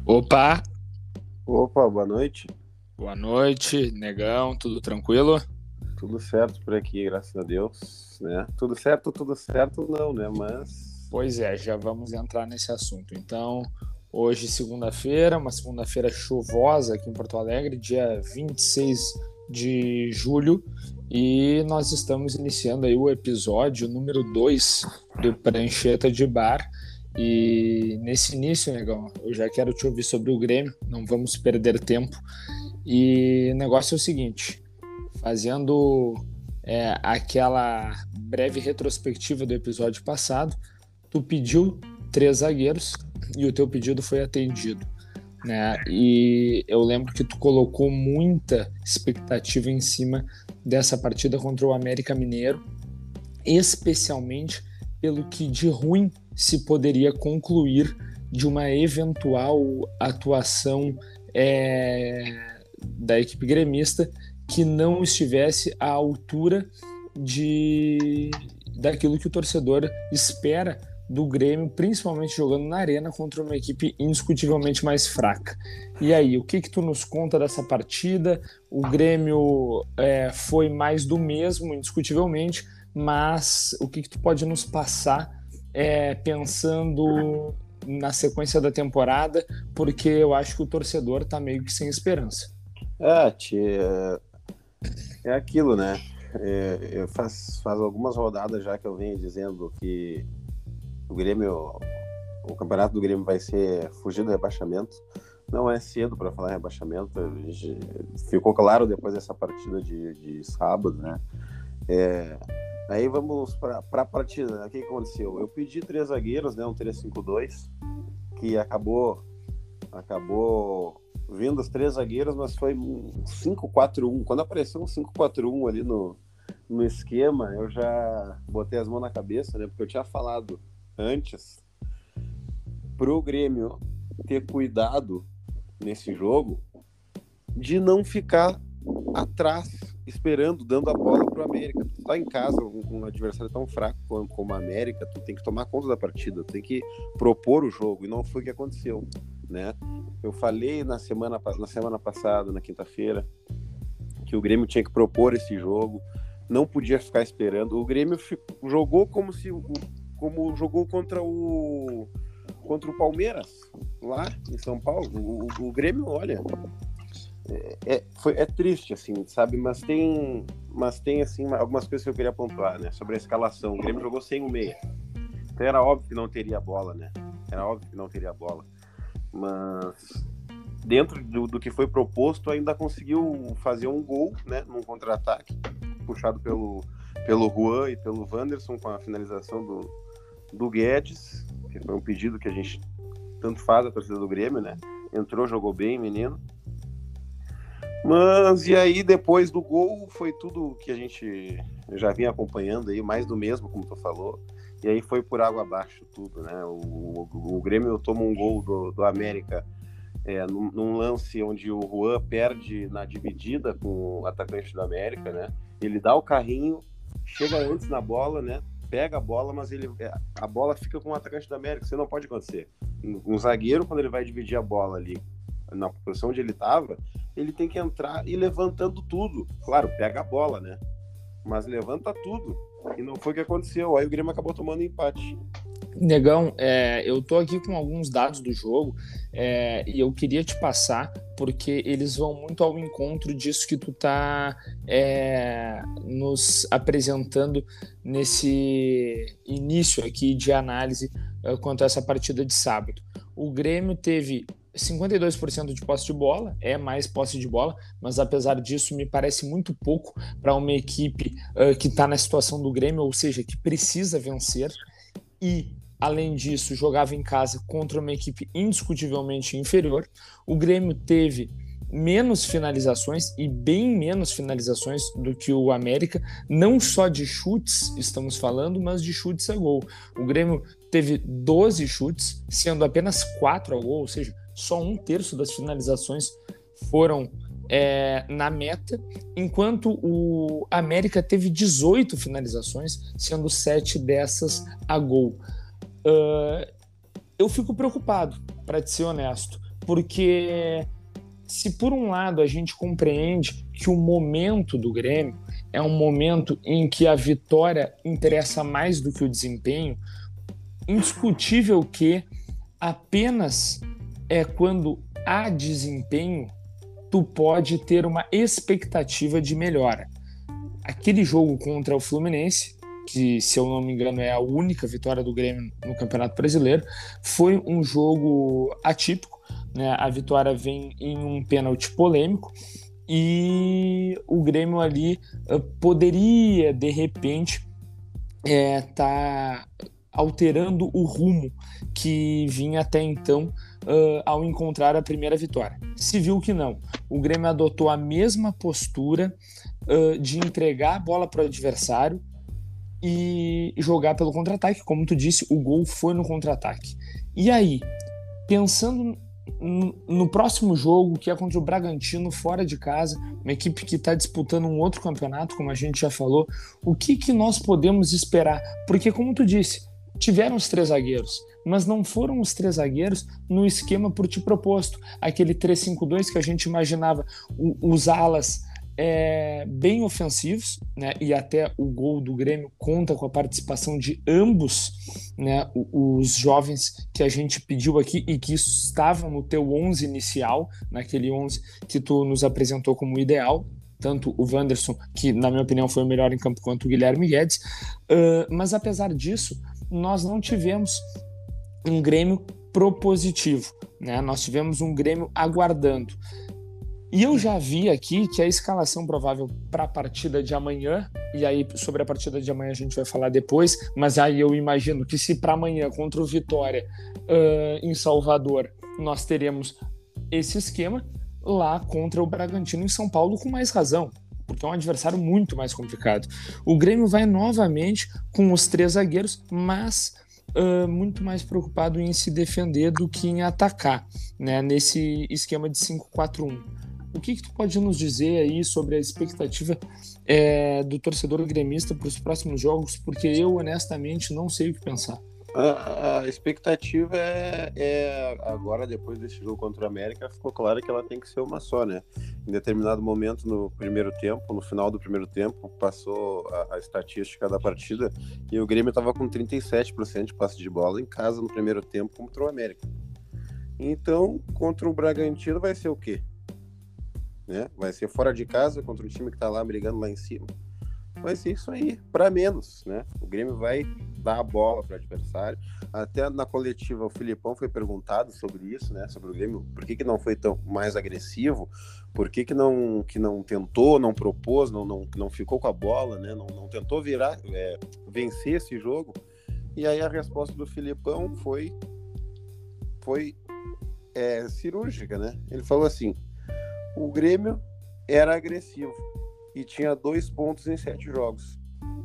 Opa, Opa, boa noite. boa noite, negão, tudo tranquilo? Tudo certo por aqui, graças a Deus, né? Tudo certo não, né? Mas Pois é, já vamos entrar nesse assunto. Então, hoje, segunda-feira, uma segunda-feira chuvosa aqui em Porto Alegre, dia 26 de julho, e nós estamos iniciando aí o episódio número 2 do Prancheta de Bar. E nesse início, negão, eu já quero te ouvir sobre o Grêmio, não vamos perder tempo. E o negócio é o seguinte: fazendo aquela breve retrospectiva do episódio passado, tu pediu 3 zagueiros e o teu pedido foi atendido, né? E eu lembro que tu colocou muita expectativa em cima dessa partida contra o América Mineiro, especialmente pelo que de ruim se poderia concluir de uma eventual atuação da equipe gremista que não estivesse à altura daquilo que o torcedor espera do Grêmio, principalmente jogando na arena contra uma equipe indiscutivelmente mais fraca. E aí, o que tu nos conta dessa partida? O Grêmio foi mais do mesmo, indiscutivelmente, mas o que tu pode nos passar pensando na sequência da temporada, porque eu acho que o torcedor tá meio que sem esperança. É aquilo, né? Faz algumas rodadas já que eu venho dizendo que o campeonato do Grêmio vai ser fugir do rebaixamento. Não é cedo para falar em rebaixamento, ficou claro depois dessa partida de sábado, né? Aí vamos para a partida, né? O que aconteceu? Eu pedi 3 zagueiros, né? Um 3-5-2, que acabou vindo os 3 zagueiros, mas foi um 5-4-1. Quando apareceu um 5-4-1 ali no esquema, eu já botei as mãos na cabeça, né? Porque eu tinha falado antes pro Grêmio ter cuidado nesse jogo de não ficar atrás, esperando, dando a bola pro América. Tu tá em casa com um adversário tão fraco como a América, tu tem que tomar conta da partida, tu tem que propor o jogo, e não foi o que aconteceu, né? Eu falei na semana passada, na quinta-feira, que o Grêmio tinha que propor esse jogo, não podia ficar esperando. O Grêmio jogou como jogou contra o Palmeiras, lá em São Paulo. O Grêmio, olha, é triste, assim, sabe? Mas tem assim, algumas coisas que eu queria pontuar, né? Sobre a escalação. O Grêmio jogou sem o meia. Então era óbvio que não teria bola, né? Mas dentro do que foi proposto, ainda conseguiu fazer um gol, né? Num contra-ataque, puxado pelo Juan e pelo Wanderson, com a finalização do Guedes, que foi um pedido que a gente tanto faz, a torcida do Grêmio, né? Entrou, jogou bem, menino. Mas, e aí, depois do gol, foi tudo que a gente já vinha acompanhando aí, mais do mesmo, como tu falou. E aí foi por água abaixo tudo, né? O Grêmio toma um gol do América num lance onde o Juan perde na dividida com o atacante do América, né? Ele dá o carrinho, chega antes na bola, né? Pega a bola, mas a bola fica com o atacante do América. Isso não pode acontecer. Um zagueiro, quando ele vai dividir a bola ali, na posição onde ele estava, ele tem que entrar e levantando tudo. Claro, pega a bola, né? Mas levanta tudo. E não foi o que aconteceu. Aí o Grêmio acabou tomando empate. Negão, eu tô aqui com alguns dados do jogo e eu queria te passar porque eles vão muito ao encontro disso que tu tá nos apresentando nesse início aqui de análise quanto a essa partida de sábado. O Grêmio teve 52% de posse de bola, é mais posse de bola, mas apesar disso me parece muito pouco para uma equipe que está na situação do Grêmio, ou seja, que precisa vencer. E além disso, jogava em casa contra uma equipe indiscutivelmente inferior. O Grêmio teve menos finalizações e bem menos finalizações do que o América, não só de chutes estamos falando, mas de chutes a gol. O Grêmio teve 12 chutes, sendo apenas 4 a gol, ou seja, só 1/3 das finalizações foram na meta, enquanto o América teve 18 finalizações, sendo 7 dessas a gol. Eu fico preocupado, para te ser honesto, porque se por um lado a gente compreende que o momento do Grêmio é um momento em que a vitória interessa mais do que o desempenho, indiscutível que apenas é quando há desempenho tu pode ter uma expectativa de melhora. Aquele jogo contra o Fluminense, que se eu não me engano é a única vitória do Grêmio no Campeonato Brasileiro, foi um jogo atípico, né? A vitória vem em um pênalti polêmico e o Grêmio ali poderia de repente tá alterando o rumo que vinha até então ao encontrar a primeira vitória. Se viu que não. O Grêmio adotou a mesma postura de entregar a bola para o adversário e jogar pelo contra-ataque. Como tu disse, o gol foi no contra-ataque. E aí, pensando no próximo jogo, que é contra o Bragantino, fora de casa, uma equipe que está disputando um outro campeonato, como a gente já falou, o que nós podemos esperar? Porque, como tu disse, tiveram os 3 zagueiros, mas não foram os 3 zagueiros no esquema por ti proposto. Aquele 3-5-2 que a gente imaginava, os alas bem ofensivos, né? E até o gol do Grêmio conta com a participação de ambos, né? Os jovens que a gente pediu aqui e que estavam no teu 11 inicial, naquele 11 que tu nos apresentou como ideal, tanto o Wanderson, que na minha opinião foi o melhor em campo, quanto o Guilherme Guedes, mas apesar disso, nós não tivemos um Grêmio propositivo, né? Nós tivemos um Grêmio aguardando. E eu já vi aqui que a escalação provável para a partida de amanhã, e aí sobre a partida de amanhã a gente vai falar depois, mas aí eu imagino que se para amanhã contra o Vitória em Salvador nós teremos esse esquema, lá contra o Bragantino em São Paulo com mais razão, porque é um adversário muito mais complicado. O Grêmio vai novamente com os 3 zagueiros, mas muito mais preocupado em se defender do que em atacar, né, nesse esquema de 5-4-1. O que tu pode nos dizer aí sobre a expectativa do torcedor gremista para os próximos jogos? Porque eu, honestamente, não sei o que pensar. A expectativa agora, depois desse jogo contra o América, ficou claro que ela tem que ser uma só, né? Em determinado momento no primeiro tempo, no final do primeiro tempo, passou a estatística da partida e o Grêmio estava com 37% de passe de bola em casa no primeiro tempo contra o América. Então, contra o Bragantino vai ser o quê? Né? Vai ser fora de casa contra um time que está lá brigando lá em cima. Vai ser isso aí, para menos, né? O Grêmio vai dar a bola para o adversário. Até na coletiva o Filipão foi perguntado sobre isso, né? Sobre o Grêmio, por que não foi tão mais agressivo, por que não tentou, não propôs, não ficou com a bola, né? Não tentou vencer esse jogo. E aí a resposta do Filipão foi cirúrgica, né? Ele falou assim: o Grêmio era agressivo e tinha 2 pontos em 7 jogos.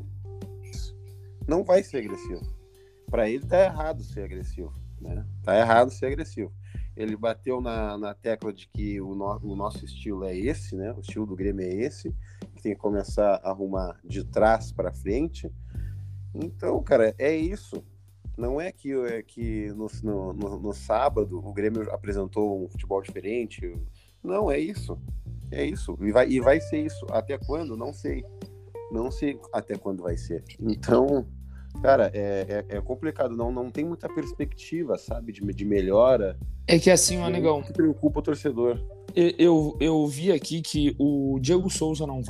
Não vai ser agressivo. Para ele tá errado ser agressivo, né? Tá errado ser agressivo. Ele bateu na tecla de que o nosso estilo é esse, né? O estilo do Grêmio é esse, que tem que começar a arrumar de trás para frente. Então, cara, é isso. Não é que no sábado o Grêmio apresentou um futebol diferente. Não, é isso. É isso. E vai ser isso. Até quando? Não sei. Não sei até quando vai ser. Então, cara, é complicado. Não tem muita perspectiva, sabe? De melhora. É que assim, Negão, que preocupa o torcedor. Eu vi aqui que o Diego Souza não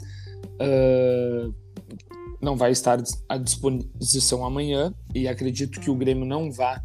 vai estar à disposição amanhã, e acredito que o Grêmio não vai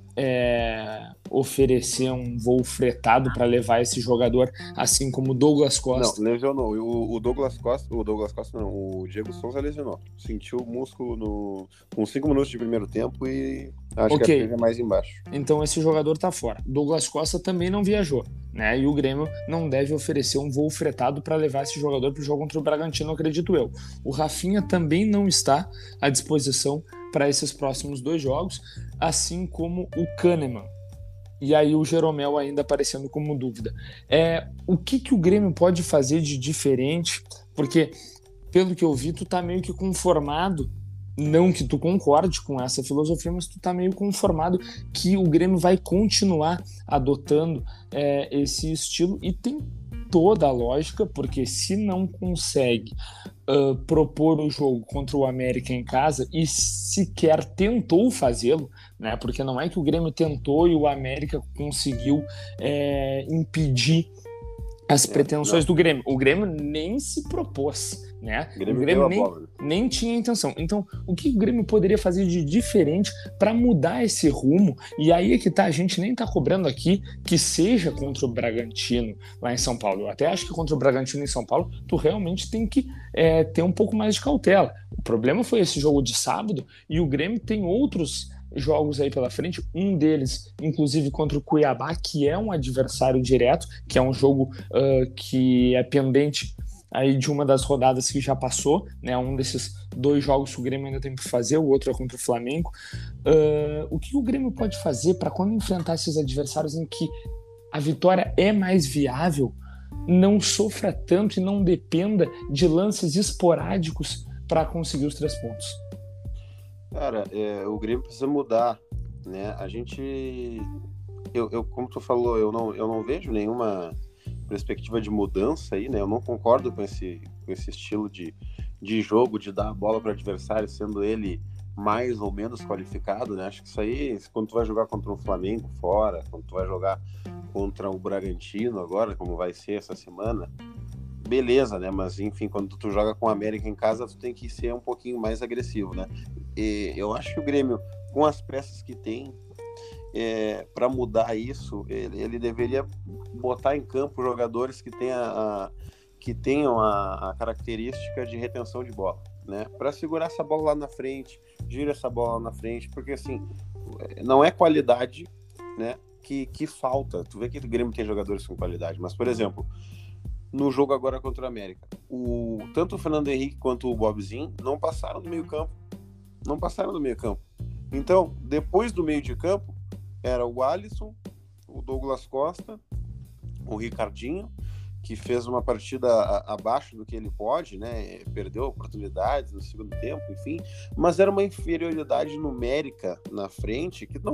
oferecer um voo fretado para levar esse jogador, assim como o Douglas Costa. Não, lesionou. O Douglas Costa não, o Diego Souza lesionou. Sentiu o músculo com 5 minutos de primeiro tempo e acho que é mais embaixo. Então esse jogador tá fora. Douglas Costa também não viajou, né? E o Grêmio não deve oferecer um voo fretado para levar esse jogador para o jogo contra o Bragantino, acredito eu. O Rafinha também não está à disposição para esses próximos 2 jogos, assim como o Kahneman. E aí o Jeromel ainda aparecendo como dúvida. O que o Grêmio pode fazer de diferente? Porque, pelo que eu vi, tu tá meio que conformado não que tu concorde com essa filosofia, mas tu tá meio conformado que o Grêmio vai continuar adotando esse estilo, e tem toda a lógica, porque se não consegue propor o jogo contra o América em casa e sequer tentou fazê-lo, né? Porque não é que o Grêmio tentou e o América conseguiu impedir as pretensões do Grêmio. O Grêmio nem se propôs, né? O Grêmio nem tinha intenção. Então, o que o Grêmio poderia fazer de diferente para mudar esse rumo? E aí é que tá, a gente nem tá cobrando aqui que seja contra o Bragantino lá em São Paulo. Eu até acho que contra o Bragantino em São Paulo, tu realmente tem que ter um pouco mais de cautela. O problema foi esse jogo de sábado, e o Grêmio tem outros jogos aí pela frente, um deles inclusive contra o Cuiabá, que é um adversário direto, que é um jogo que é pendente aí de uma das rodadas que já passou, né? Um desses 2 jogos que o Grêmio ainda tem para fazer, o outro é contra o Flamengo. O que o Grêmio pode fazer para, quando enfrentar esses adversários em que a vitória é mais viável, não sofra tanto e não dependa de lances esporádicos para conseguir os 3 pontos? Cara, o Grêmio precisa mudar, né? A gente, como tu falou, eu não vejo nenhuma perspectiva de mudança aí, né? Eu não concordo com esse estilo de jogo, de dar a bola para o adversário, sendo ele mais ou menos qualificado, né? Acho que isso aí, quando tu vai jogar contra um Flamengo fora, quando tu vai jogar contra o Bragantino agora, como vai ser essa semana, beleza, né? Mas enfim, quando tu joga com o América em casa, tu tem que ser um pouquinho mais agressivo, né? E eu acho que o Grêmio, com as peças que tem, para mudar isso, ele deveria botar em campo jogadores que tenham a característica de retenção de bola, né? Para segurar essa bola lá na frente, gira essa bola lá na frente, porque assim, não é qualidade, né, que falta. Tu vê que o Grêmio tem jogadores com qualidade, mas, por exemplo, no jogo agora contra o América, tanto o Fernando Henrique quanto o Bobzinho não passaram do meio campo. Então, depois do meio de campo, era o Alisson, o Douglas Costa, o Ricardinho, que fez uma partida abaixo do que ele pode, né? Perdeu oportunidades no segundo tempo, enfim, mas era uma inferioridade numérica na frente que não...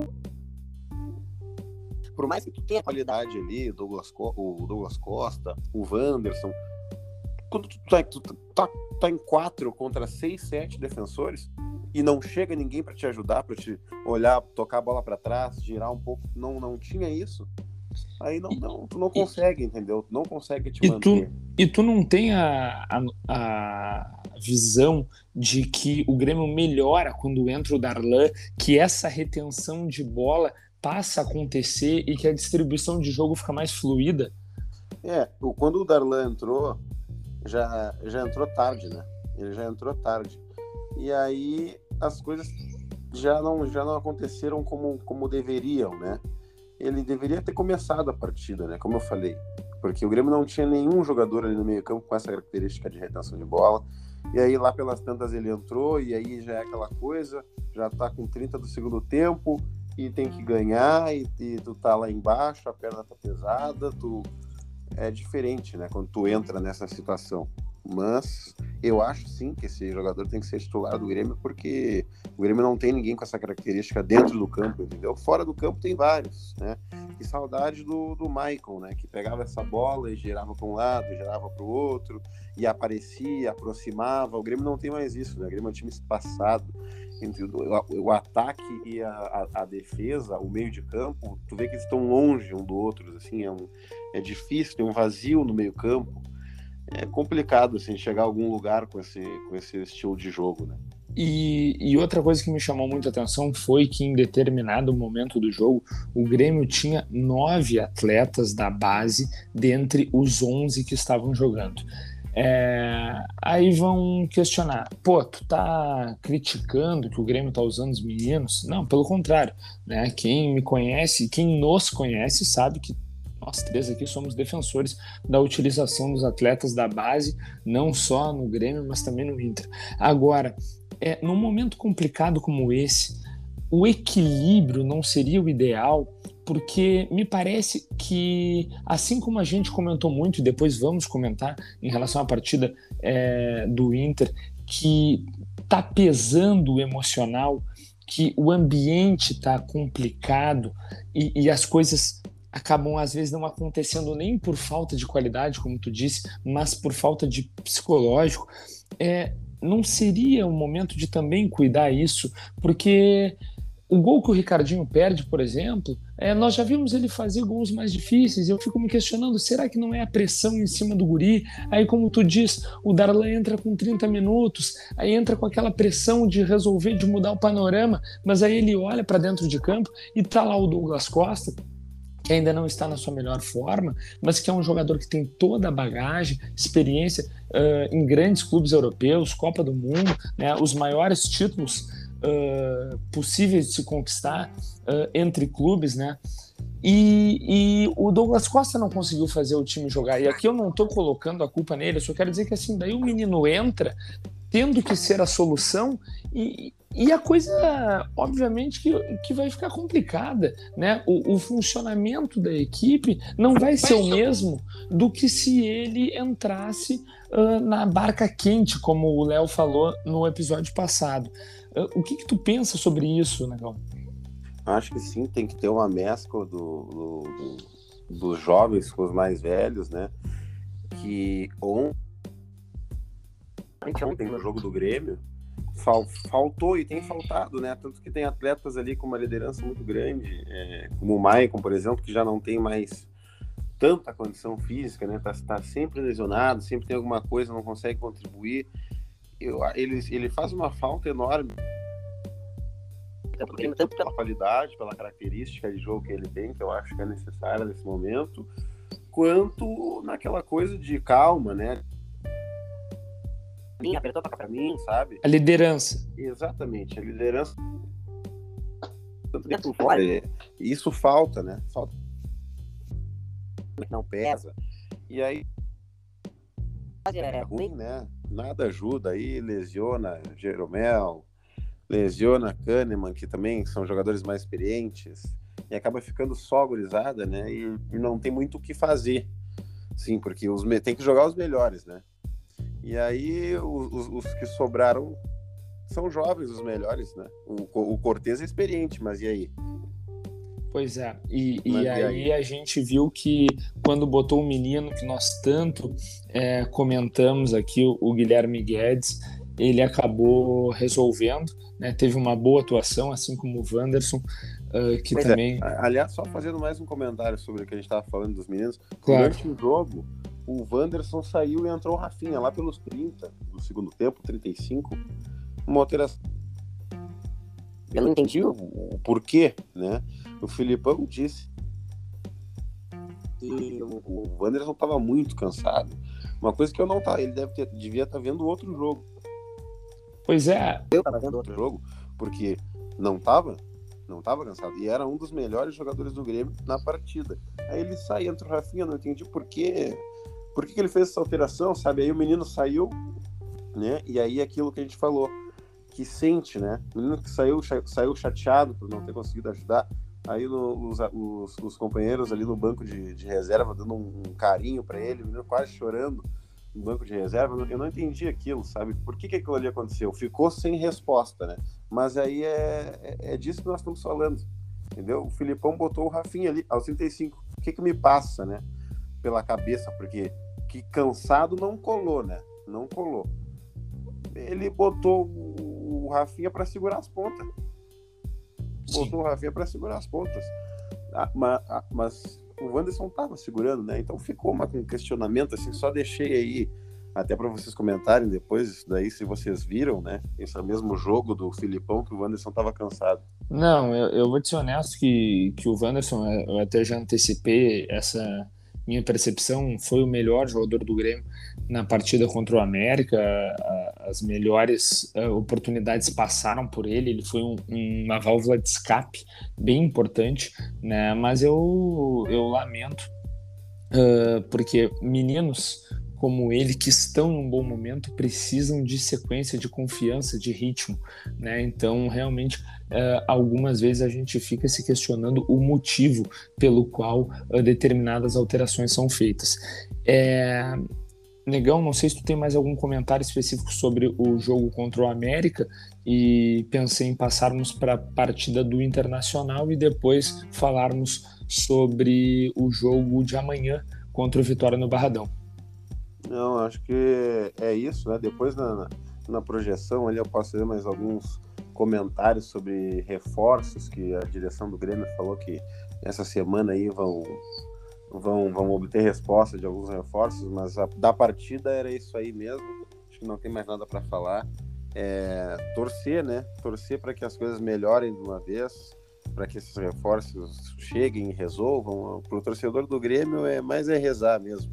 Por mais que tu tenha qualidade ali, o Douglas Costa, o Wanderson, quando tu tá em 4 contra 6, 7 defensores e não chega ninguém para te ajudar, para te olhar, tocar a bola para trás, girar um pouco, não tinha isso, aí tu não consegue, entendeu? Tu não consegue te manter. E tu não tem a visão de que o Grêmio melhora quando entra o Darlan, que essa retenção de bola passa a acontecer e que a distribuição de jogo fica mais fluida? Quando o Darlan entrou, já entrou tarde, né? Ele já entrou tarde. E aí as coisas já não aconteceram como deveriam, né? Ele deveria ter começado a partida, né? Como eu falei. Porque o Grêmio não tinha nenhum jogador ali no meio campo com essa característica de retenção de bola. E aí lá pelas tantas ele entrou, e aí já é aquela coisa, já tá com 30 do segundo tempo e tem que ganhar, e tu tá lá embaixo, a perna tá pesada, é diferente, né, quando tu entra nessa situação. Mas eu acho sim que esse jogador tem que ser titular do Grêmio, porque o Grêmio não tem ninguém com essa característica dentro do campo, entendeu? Fora do campo tem vários, né? E saudade do Michael, né? Que pegava essa bola e girava para um lado, girava para o outro, e aparecia, aproximava. O Grêmio não tem mais isso, né? O Grêmio é um time espaçado entre o ataque e a defesa, o meio de campo. Tu vê que eles estão longe um do outro, assim, é difícil, tem um vazio no meio campo. É complicado, assim, chegar a algum lugar com esse estilo de jogo, né? E outra coisa que me chamou muita atenção foi que em determinado momento do jogo o Grêmio tinha 9 atletas da base dentre os 11 que estavam jogando. Aí vão questionar, tu tá criticando que o Grêmio tá usando os meninos? Não, pelo contrário, né? Quem me conhece, quem nos conhece sabe que nós 3 aqui somos defensores da utilização dos atletas da base, não só no Grêmio, mas também no Inter. Agora, num momento complicado como esse, o equilíbrio não seria o ideal, porque me parece que, assim como a gente comentou muito, e depois vamos comentar em relação à partida do Inter, que tá pesando o emocional, que o ambiente tá complicado e as coisas acabam, às vezes, não acontecendo nem por falta de qualidade, como tu disse, mas por falta de psicológico, não seria o momento de também cuidar isso? Porque o gol que o Ricardinho perde, por exemplo, nós já vimos ele fazer gols mais difíceis. Eu fico me questionando, será que não é a pressão em cima do guri? Aí, como tu diz, o Darlan entra com 30 minutos, aí entra com aquela pressão de resolver, de mudar o panorama, mas aí ele olha para dentro de campo e tá lá o Douglas Costa, que ainda não está na sua melhor forma, mas que é um jogador que tem toda a bagagem, experiência em grandes clubes europeus, Copa do Mundo, né, os maiores títulos possíveis de se conquistar entre clubes, né? E o Douglas Costa não conseguiu fazer o time jogar. E aqui eu não estou colocando a culpa nele, eu só quero dizer que assim, daí o menino entra tendo que ser a solução e a coisa, obviamente, que vai ficar complicada, né? O funcionamento da equipe não vai ser o mesmo do que se ele entrasse na barca quente, como o Léo falou no episódio passado. O que tu pensa sobre isso, Negão? Acho que sim, tem que ter uma mescla dos jovens com os mais velhos, né? Que ontem no jogo do Grêmio faltou e tem faltado, né? Tanto que tem atletas ali com uma liderança muito grande, como o Maicon, por exemplo, que já não tem mais tanta condição física, né? Tá sempre lesionado, sempre tem alguma coisa, não consegue contribuir. Ele faz uma falta enorme, tanto pela qualidade, pela característica de jogo que ele tem, que eu acho que é necessária nesse momento, quanto naquela coisa de calma, né? Apertou pra mim, sabe? A liderança. Exatamente, a liderança. Isso falta, né? Falta. Não pesa. E aí é ruim, né? Nada ajuda, aí lesiona Jeromel, lesiona Kahneman, que também são jogadores mais experientes, e acaba ficando só gurizada, né? E não tem muito o que fazer, sim, porque tem que jogar os melhores, né? E aí os que sobraram são jovens, os melhores, né? O Cortez é experiente, mas e aí? Pois é, e aí a gente viu que quando botou o menino que nós tanto comentamos aqui, o Guilherme Guedes, ele acabou resolvendo, né? Teve uma boa atuação, assim como o Wanderson, que pois também... Aliás, só fazendo mais um comentário sobre o que a gente estava falando dos meninos, claro. Durante o jogo, o Wanderson saiu e entrou o Rafinha lá pelos 30 do segundo tempo, 35, uma alteração. Eu não entendi o porquê, né? O Filipão disse que o Wanderson estava muito cansado. Uma coisa que eu não tava, ele devia estar vendo outro jogo. Pois é. Eu estava vendo outro jogo, porque não estava cansado. E era um dos melhores jogadores do Grêmio na partida. Aí ele sai, entra o Rafinha, não entendi por quê. Por que ele fez essa alteração, sabe? Aí o menino saiu, né? E aí aquilo que a gente falou, que sente, né? O menino que saiu chateado por não ter conseguido ajudar. Aí os companheiros ali no banco de reserva dando um carinho para ele, o menino quase chorando no banco de reserva. Eu não entendi aquilo, sabe? Por que aquilo ali aconteceu? Ficou sem resposta, né? Mas aí é disso que nós estamos falando, entendeu? O Filipão botou o Rafinha ali aos 35. O que me passa, né? Pela cabeça, porque que cansado não colou, né? Não colou. Ele botou o Rafinha para segurar as pontas. Botou o Rafinha para segurar as pontas. Mas o Wanderson tava segurando, né? Então ficou um questionamento, assim, só deixei aí até para vocês comentarem depois isso daí, se vocês viram, né? Esse é o mesmo jogo do Filipão, que o Wanderson tava cansado. Não, eu vou te ser honesto que o Wanderson, eu até já antecipei essa minha percepção, foi o melhor jogador do Grêmio na partida contra o América. As melhores oportunidades passaram por ele foi uma válvula de escape bem importante, né? Mas eu lamento, porque meninos como ele, que estão em um bom momento, precisam de sequência, de confiança, de ritmo, né? Então, realmente, algumas vezes a gente fica se questionando o motivo pelo qual determinadas alterações são feitas. Negão, não sei se tu tem mais algum comentário específico sobre o jogo contra o América e pensei em passarmos para a partida do Internacional e depois falarmos sobre o jogo de amanhã contra o Vitória no Barradão. Não, acho que é isso, né? Depois na projeção ali eu posso fazer mais alguns comentários sobre reforços que a direção do Grêmio falou que essa semana aí vão obter resposta de alguns reforços, mas da partida era isso aí mesmo. Acho que não tem mais nada para falar. Torcer, né? Torcer para que as coisas melhorem de uma vez, para que esses reforços cheguem e resolvam. Para o torcedor do Grêmio é mais rezar mesmo.